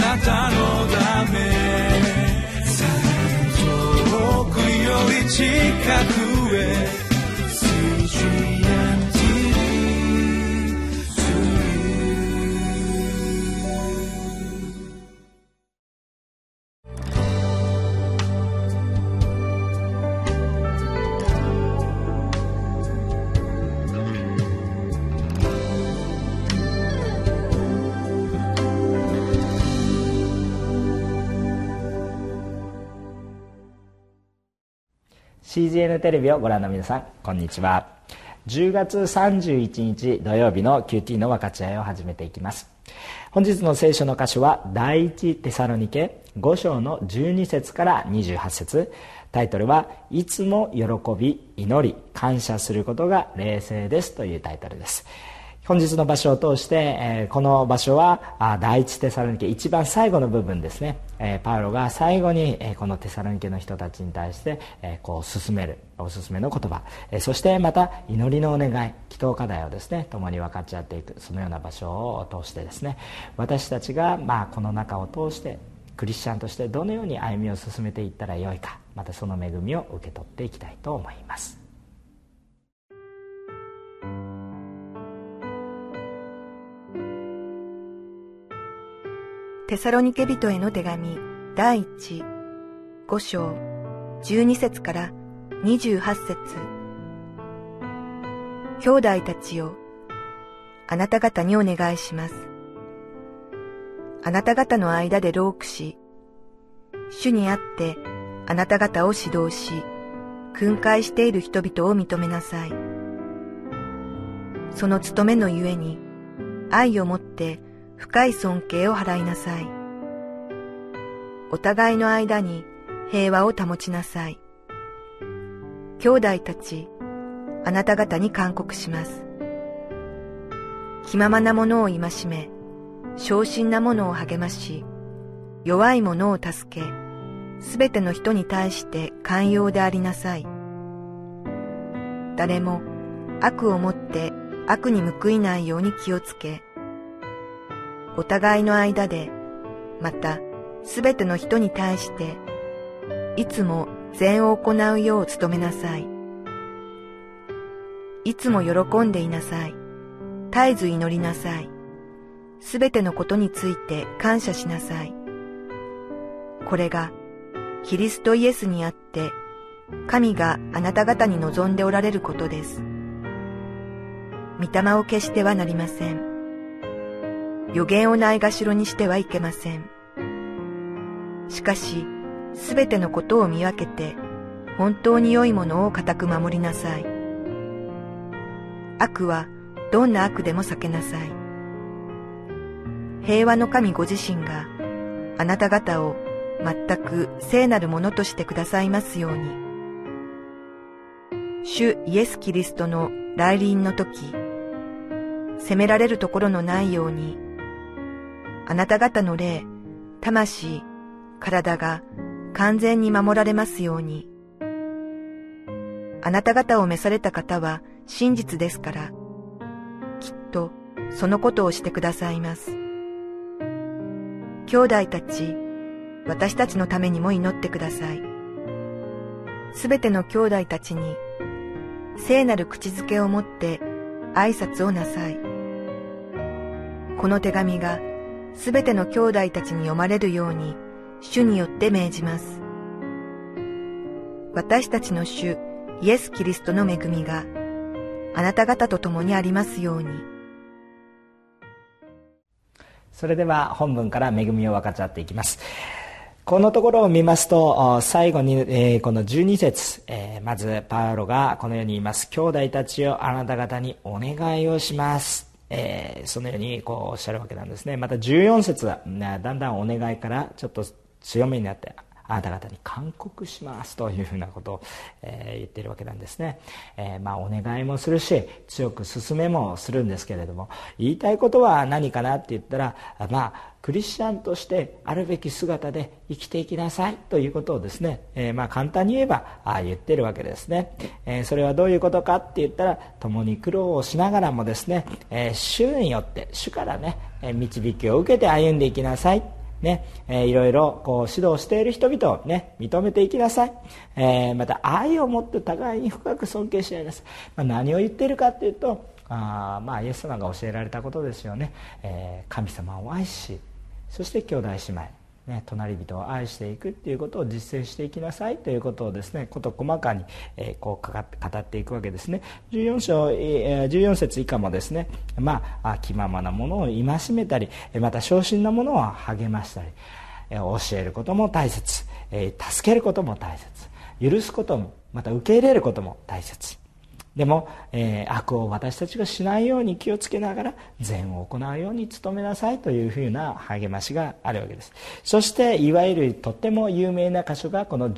なたのため、遠くより近くへ CGN テレビをご覧の皆さん、こんにちは。10月31日土曜日の QT の分かち合いを始めていきます。本日の聖書の箇所は第一テサロニケ5章の12節から28節。タイトルは、いつも喜び祈り感謝することが霊性ですというタイトルです。本日の場所を通して、この場所は第一テサロニケ一番最後の部分ですね。パウロが最後にこのテサロニケの人たちに対してこう進めるおすすめの言葉、そしてまた祈りのお願い、祈祷課題をですね共に分かち合っていく、そのような場所を通してですね、私たちがこの中を通してクリスチャンとしてどのように歩みを進めていったらよいか、またその恵みを受け取っていきたいと思います。 テサロニケ人への手紙第5章12節から28節。兄弟たちよ、あなた方にお願いします。あなた方の間で労苦し、主にあってあなた方を指導し、訓戒している人々を認めなさい。その務めのゆえに、愛をもって深い尊敬を払いなさい。お互いの間に平和を保ちなさい。兄弟たち、あなた方に勧告します。気ままなものを戒め、小心なものを励まし、弱いものを助け、すべての人に対して寛容でありなさい。誰も悪をもって悪に報いないように気をつけ、お互いの間で、またすべての人に対して、いつも善を行うよう努めなさい。いつも喜んでいなさい。絶えず祈りなさい。すべてのことについて感謝しなさい。これが、キリストイエスにあって、神があなた方に望んでおられることです。御霊を消してはなりません。預言をないがしろにしてはいけません。しかし、すべてのことを見分けて、本当に良いものを固く守りなさい。悪はどんな悪でも避けなさい。平和の神ご自身があなた方を全く聖なるものとしてくださいますように。主イエス・キリストの来臨の時、責められるところのないように、あなた方の霊、魂、体が完全に守られますように。あなた方を召された方は真実ですから、きっとそのことをしてくださいます。兄弟たち、私たちのためにも祈ってください。すべての兄弟たちに、聖なる口づけをもって挨拶をなさい。この手紙がすべての兄弟たちに読まれるように、主によって命じます。私たちの主イエス・キリストの恵みがあなた方と共にありますように。 それでは本文から恵みを分かち合っていきます。このところを見ますと、最後に、この12節、まずパウロがこのように言います。兄弟たちよ、あなた方にお願いをします。そのようにこうおっしゃるわけなんですね。また14節はだんだんお願いからちょっと強めになって、あなた方に勧告しますというふうなことを、言っているわけなんですね。お願いもするし強く勧めもするんですけれども、言いたいことは何かなって言ったら、クリスチャンとしてあるべき姿で生きていきなさいということをですね、簡単に言えば言ってるわけですね。それはどういうことかって言ったら、共に苦労をしながらもですね、主によって主からね導きを受けて歩んでいきなさい。 ね、いろいろこう指導している人々をね認めていきなさい。また愛を持って互いに深く尊敬し合いなさい。何を言っているかというと、イエス様が教えられたことですよね。神様を愛し、そして兄弟姉妹、隣人を愛していくっていうことを実践していきなさいということをですね、事細かにこう語っていくわけですね。14節以下もですね、気ままなものを戒めたり、また小心なものを励ましたり、教えることも大切、助けることも大切、許すことも、また受け入れることも大切。でも、悪を私たちがしないように気をつけながら善を行うように努めなさいというふうな励ましがあるわけです。そしていわゆるとっても有名な箇所がこの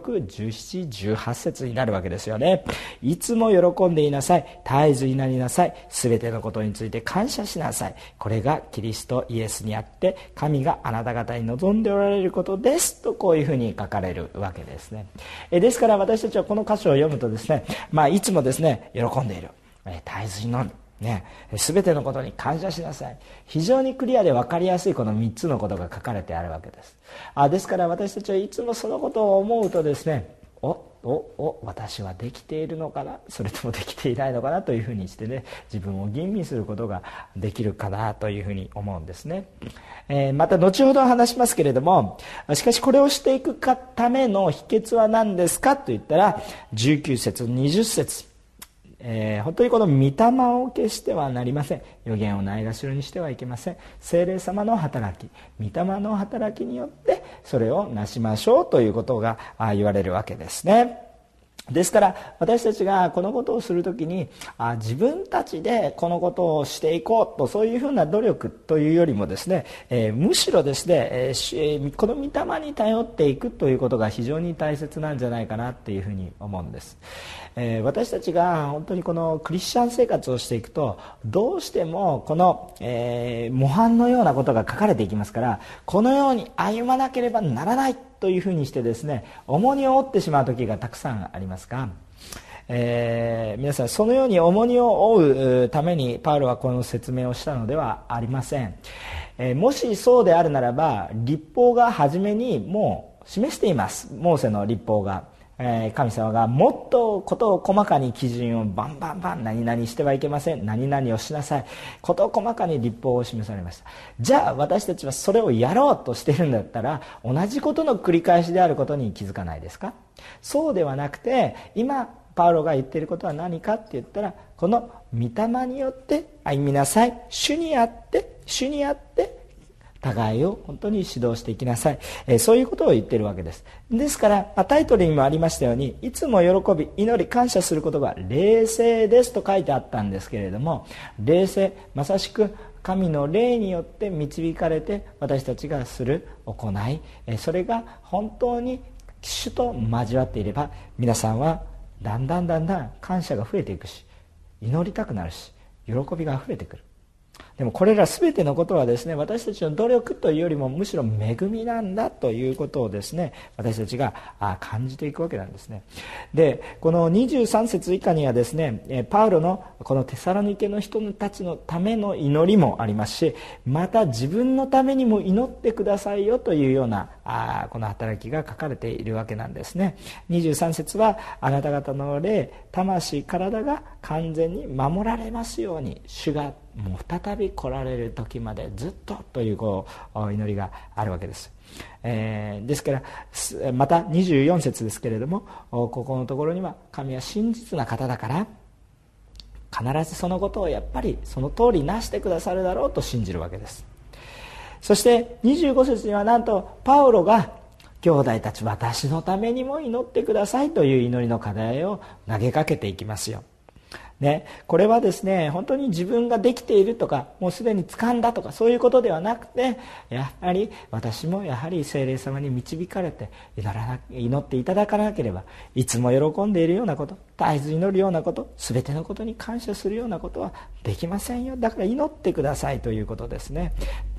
16、17、18節になるわけですよね。いつも喜んでいなさい、絶えず祈りなさい、すべてのことについて感謝しなさい、これがキリストイエスにあって神があなた方に望んでおられることですと、こういうふうに書かれるわけですね。ですから私たちはこの箇所を読むとですね、いつもですね喜んでいる、絶えず祈る、全てのことに感謝しなさい、非常にクリアで分かりやすいこの3つのことが書かれてあるわけです。ですから私たちはいつもそのことを思うとですね、私はできているのかな、それともできていないのかなというふうにしてね、自分を吟味することができるかなというふうに思うんですね。また後ほど話しますけれども、しかしこれをしていくための秘訣は何ですかといったら、19節20節、本当にこの御霊を消してはなりません。預言をないがしろにしてはいけません。聖霊様の働き、御霊の働きによってそれをなしましょうということが言われるわけですね。ですから私たちがこのことをするときに、自分たちでこのことをしていこうと、そういうふうな努力というよりもですね、むしろですね、この御霊に頼っていくということが非常に大切なんじゃないかなっていうふうに思うんです。私たちが本当にこのクリスチャン生活をしていくと、どうしてもこの、模範のようなことが書かれていきますから、このように歩まなければならないというふうにしてですね、重荷を負ってしまう時がたくさんありますが、皆さんそのように重荷を負うためにパウロはこの説明をしたのではありません。もしそうであるならば、律法が初めにもう示しています。モーセの律法が、神様がもっと事を細かに基準をバンバン何々してはいけません、何々をしなさい、事細かに律法を示されました。じゃあ私たちはそれをやろうとしているんだったら、同じことの繰り返しであることに気づかないですか？そうではなくて、今パウロが言っていることは何かって言ったら、この御霊によって歩みなさい、主にあって互いを本当に指導していきなさい、そういうことを言っているわけです。ですから、タイトルにもありましたように、いつも喜び祈り感謝することが霊性ですと書いてあったんですけれども、霊性、まさしく神の霊によって導かれて私たちがする行い、それが本当に主と交わっていれば、皆さんはだんだん感謝が増えていくし、祈りたくなるし、喜びが溢れてくる。でもこれら全てのことはですね、私たちの努力というよりもむしろ恵みなんだということをですね、私たちが感じていくわけなんですね。で、この23節以下にはですね、パウロのこのテサロニケの人たちのための祈りもありますし、また自分のためにも祈ってくださいよというようなこの働きが書かれているわけなんですね。23節は、あなた方の霊、魂、体が完全に守られますように、主がもう再び来られる時までずっとという祈りがあるわけです。ですからまた24節ですけれども、ここのところには、神は真実な方だから必ずそのことをやっぱりその通りなしてくださるだろうと信じるわけです。そして25節には、なんとパウロが、兄弟たち私のためにも祈ってくださいという祈りの課題を投げかけていきますよ。これはですね、本当に自分ができているとか、もうすでに掴んだとか、そういうことではなくて、やはり私もやはり聖霊様に導かれて祈っていただかなければ、いつも喜んでいるようなこと、絶えず祈るようなこと、全てのことに感謝するようなことはできませんよ。だから祈ってくださいということですね。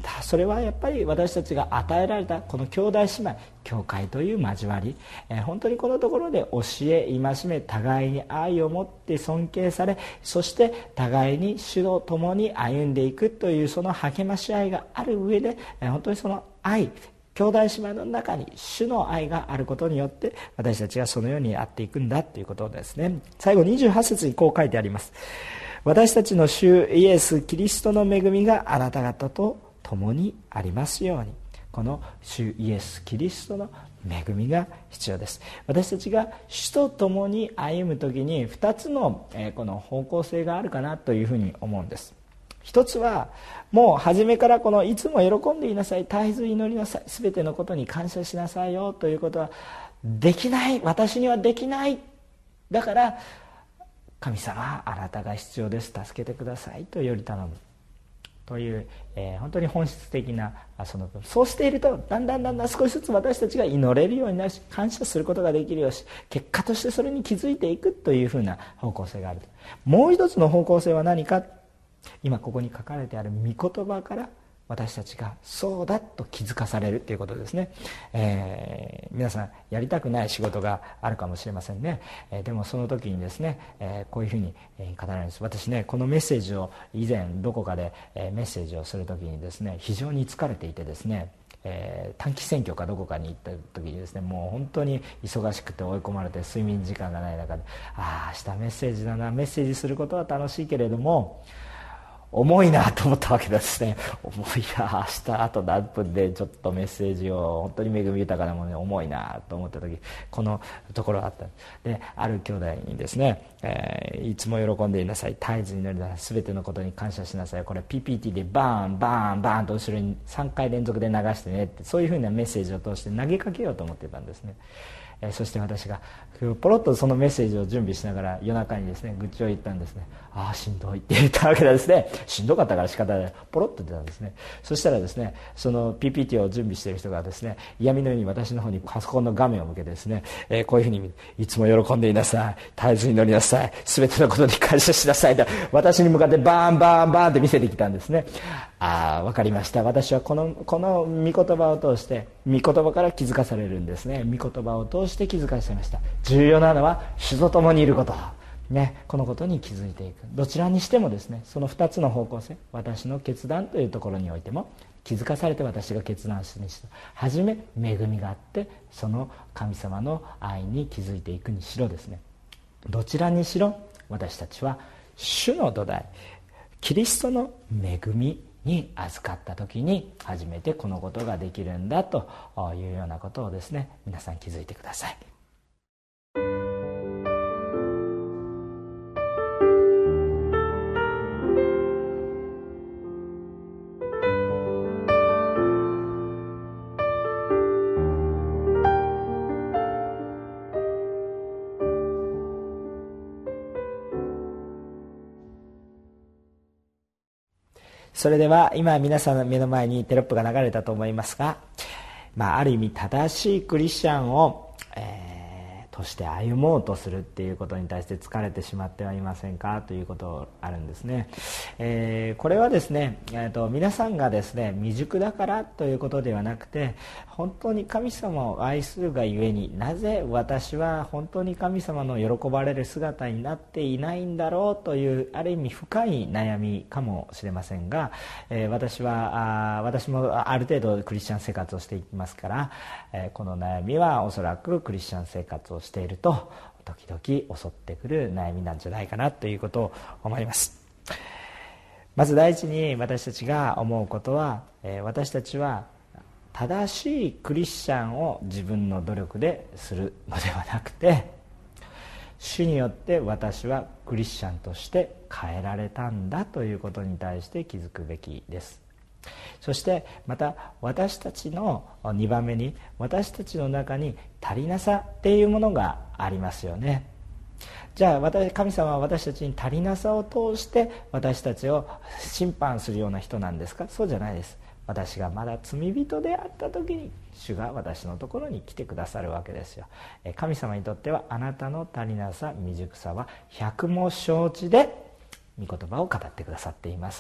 それはやっぱり私たちが与えられたこの兄弟姉妹教会という交わり、本当にこのところで教え戒め互いに愛を持って尊敬され、そして互いに主と共に歩んでいくというその励まし合いがある上で、本当にその愛、兄弟姉妹の中に主の愛があることによって私たちがそのようにやっていくんだということですね。最後28節にこう書いてあります。私たちの主イエス・キリストの恵みがあなた方と共にありますように。この主イエス・キリストの恵みが必要です。私たちが主と共に歩むときに2つのこの方向性があるかなというふうに思うんです。一つはもう初めからこのいつも喜んでいなさい、絶えず祈りなさい、全てのことに感謝しなさいよということはできない、私にはできない、だから神様あなたが必要です、助けてくださいとより頼むという、本当に本質的なそのそうしているとだんだん少しずつ私たちが祈れるようになるし、感謝することができるようし、結果としてそれに気づいていくというふうな方向性がある。もう一つの方向性は何か、今ここに書かれてある御言葉から私たちがそうだと気づかされるということですね。皆さんやりたくない仕事があるかもしれませんね。でもその時にですね、こういうふうに語られるんです。私ね、このメッセージを以前どこかでメッセージをする時にですね、非常に疲れていてですね、短期選挙かどこかに行った時にですね、もう本当に忙しくて追い込まれて睡眠時間がない中で、明日メッセージだな、メッセージすることは楽しいけれども重いなと思ったわけですね。重いな、明日あと何分でちょっとメッセージを本当に恵み豊かなもので重いなと思った時、このところがあったで、ある兄弟にですね、いつも喜んでいなさい、絶えず祈りなさい、すべてのことに感謝しなさい、これ PPT でバーンバーンバーンと後ろに3回連続で流してねって、そういうふうなメッセージを通して投げかけようと思ってたんですね。そして私がポロッとそのメッセージを準備しながら夜中にですね愚痴を言ったんですね。しんどいって言ったわけですね。しんどかったから仕方ない、ポロッと出たんですね。そしたらですね、その PPT を準備している人がですね、嫌味のように私の方にパソコンの画面を向けてですね、こういうふうにいつも喜んでいなさい、絶えず祈りなさい、全てのことに感謝しなさいと私に向かってバーンバーンバーンって見せてきたんですね。わかりました。私はこの御言葉を通して御言葉から気づかされるんですね。御言葉を通して気づかされました。重要なのは主と共にいることね、このことに気づいていく。どちらにしてもですね、その2つの方向性、私の決断というところにおいても気づかされて私が決断しにした、はじめ恵みがあってその神様の愛に気づいていくにしろですね、どちらにしろ私たちは主の土台、キリストの恵みに預かった時に初めてこのことができるんだというようなことをですね、皆さん気づいてください。それでは今皆さんの目の前にテロップが流れたと思いますが、ある意味正しいクリスチャンを、として歩もうとするっていうことに対して疲れてしまってはいませんかということがあるんですね。これはですね、皆さんがですね未熟だからということではなくて、本当に神様を愛するがゆえになぜ私は本当に神様の喜ばれる姿になっていないんだろうというある意味深い悩みかもしれませんが、私もある程度クリスチャン生活をしていきますから、この悩みはおそらくクリスチャン生活をしていると時々襲ってくる悩みなんじゃないかなということを思います。まず第一に私たちが思うことは、私たちは正しいクリスチャンを自分の努力でするのではなくて、主によって私はクリスチャンとして変えられたんだということに対して気づくべきです。そしてまた私たちの2番目に、私たちの中に足りなさっていうものがありますよね。じゃあ神様は私たちに足りなさを通して私たちを審判するような人なんですか？そうじゃないです。私がまだ罪人であった時に主が私のところに来てくださるわけですよ。神様にとってはあなたの足りなさ未熟さは百も承知で御言葉を語ってくださっています。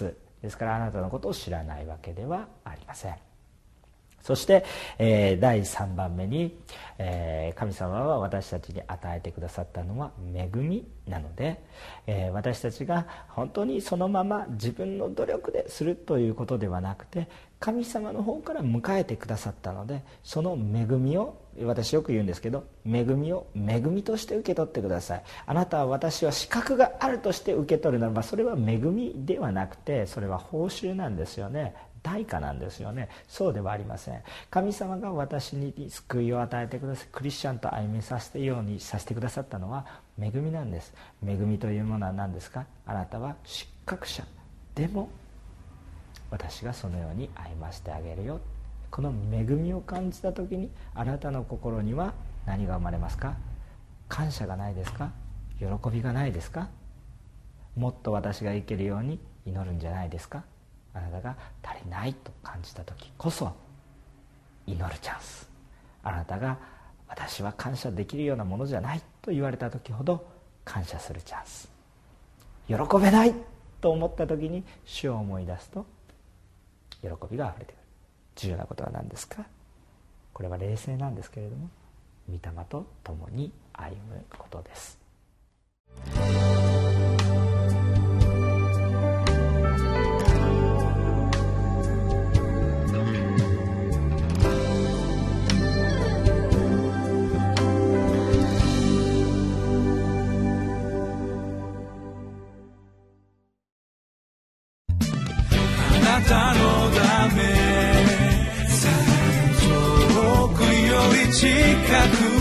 ですからあなたのことを知らないわけではありません。そして、第3番目に、神様は私たちに与えてくださったのは恵みなので、私たちが本当にそのまま自分の努力でするということではなくて、神様の方から迎えてくださったので、その恵みを、私よく言うんですけど、恵みを恵みとして受け取ってください。あなたは私は資格があるとして受け取るならば、それは恵みではなくて、それは報酬なんですよね。代価なんですよね。そうではありません。神様が私に救いを与えてください、クリスチャンと歩みさせてようにさせてくださったのは恵みなんです。恵みというものは何ですか？あなたは失格者でも私がそのように歩ませてあげるよ。この恵みを感じた時に、あなたの心には何が生まれますか？感謝がないですか？喜びがないですか？もっと私が生きるように祈るんじゃないですか？あなたが足りないと感じた時こそ祈るチャンス。あなたが私は感謝できるようなものじゃないと言われた時ほど感謝するチャンス。喜べないと思った時に主を思い出すと喜びがあふれてくる。重要なことは何ですか？これは冷静なんですけれども、御霊と共に歩むことです。 あなたのため遠くより近く